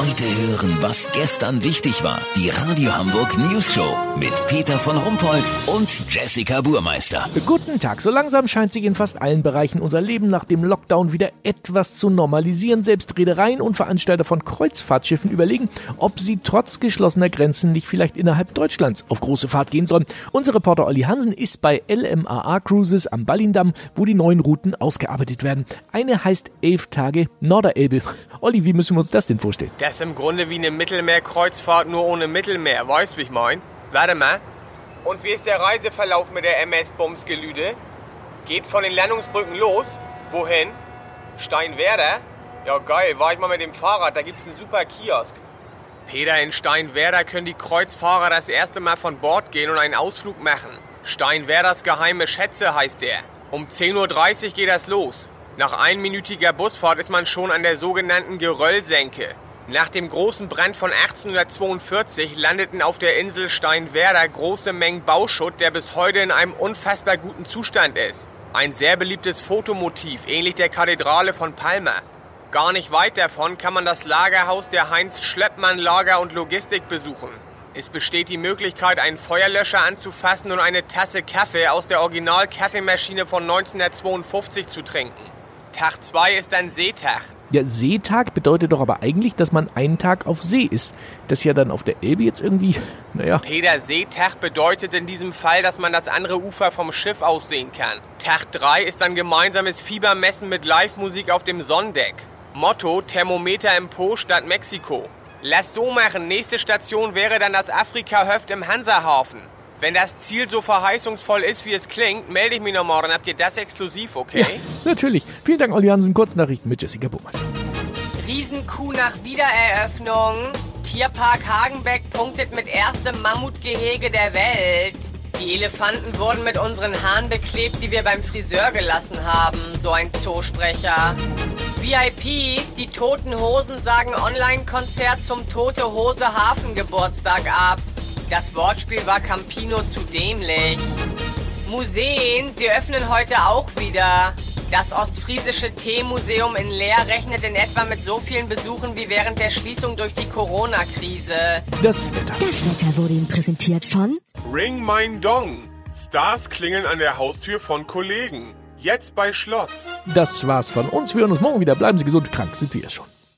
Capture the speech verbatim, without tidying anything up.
Heute hören, was gestern wichtig war. Die Radio Hamburg News Show mit Peter von Rumpold und Jessica Burmeister. Guten Tag. So langsam scheint sich in fast allen Bereichen unser Leben nach dem Lockdown wieder etwas zu normalisieren. Selbst Reedereien und Veranstalter von Kreuzfahrtschiffen überlegen, ob sie trotz geschlossener Grenzen nicht vielleicht innerhalb Deutschlands auf große Fahrt gehen sollen. Unser Reporter Olli Hansen ist bei L M A A Cruises am Ballindamm, wo die neuen Routen ausgearbeitet werden. Eine heißt elf Tage Norderelbe. Olli, wie müssen wir uns das denn vorstellen? Das ist im Grunde wie eine Mittelmeerkreuzfahrt, nur ohne Mittelmeer. Weißt du, wie ich mein? Warte mal. Und wie ist der Reiseverlauf mit der M S Bumsgelüde? Geht von den Landungsbrücken los. Wohin? Steinwerder? Ja geil, war ich mal mit dem Fahrrad, da gibt's einen super Kiosk. Peter, in Steinwerder können die Kreuzfahrer das erste Mal von Bord gehen und einen Ausflug machen. Steinwerders geheime Schätze heißt der. Um zehn Uhr dreißig geht das los. Nach einminütiger Busfahrt ist man schon an der sogenannten Geröllsenke. Nach dem großen Brand von achtzehnhundertzweiundvierzig landeten auf der Insel Steinwerder große Mengen Bauschutt, der bis heute in einem unfassbar guten Zustand ist. Ein sehr beliebtes Fotomotiv, ähnlich der Kathedrale von Palma. Gar nicht weit davon kann man das Lagerhaus der Heinz-Schleppmann Lager und Logistik besuchen. Es besteht die Möglichkeit, einen Feuerlöscher anzufassen und eine Tasse Kaffee aus der Original-Kaffeemaschine von neunzehnhundertzweiundfünfzig zu trinken. Tag zwei ist dann Seetag. Ja, Seetag bedeutet doch aber eigentlich, dass man einen Tag auf See ist. Das ist ja dann auf der Elbe jetzt irgendwie, naja. Peter, Seetag bedeutet in diesem Fall, dass man das andere Ufer vom Schiff aus sehen kann. Tag drei ist dann gemeinsames Fiebermessen mit Live-Musik auf dem Sonnendeck. Motto, Thermometer im Po statt Mexiko. Lass so machen, nächste Station wäre dann das Afrika-Höft im Hansahafen. Wenn das Ziel so verheißungsvoll ist, wie es klingt, melde ich mich noch morgen. Habt ihr das exklusiv, okay? Ja, natürlich. Vielen Dank, Olli Hansen. Kurznachrichten mit Jessica Burmeister. Riesenkuh nach Wiedereröffnung. Tierpark Hagenbeck punktet mit erstem Mammutgehege der Welt. Die Elefanten wurden mit unseren Haaren beklebt, die wir beim Friseur gelassen haben. So ein Zoosprecher. V I Ps, die Toten Hosen sagen Online-Konzert zum Tote Hose Hafengeburtstag ab. Das Wortspiel war Campino zu dämlich. Museen, sie öffnen heute auch wieder. Das Ostfriesische Teemuseum in Leer rechnet in etwa mit so vielen Besuchen wie während der Schließung durch die Corona-Krise. Das ist Wetter. Das Wetter wurde Ihnen präsentiert von Ring mein Dong. Stars klingeln an der Haustür von Kollegen. Jetzt bei Schlotz. Das war's von uns. Wir hören uns morgen wieder. Bleiben Sie gesund. Krank sind wir schon.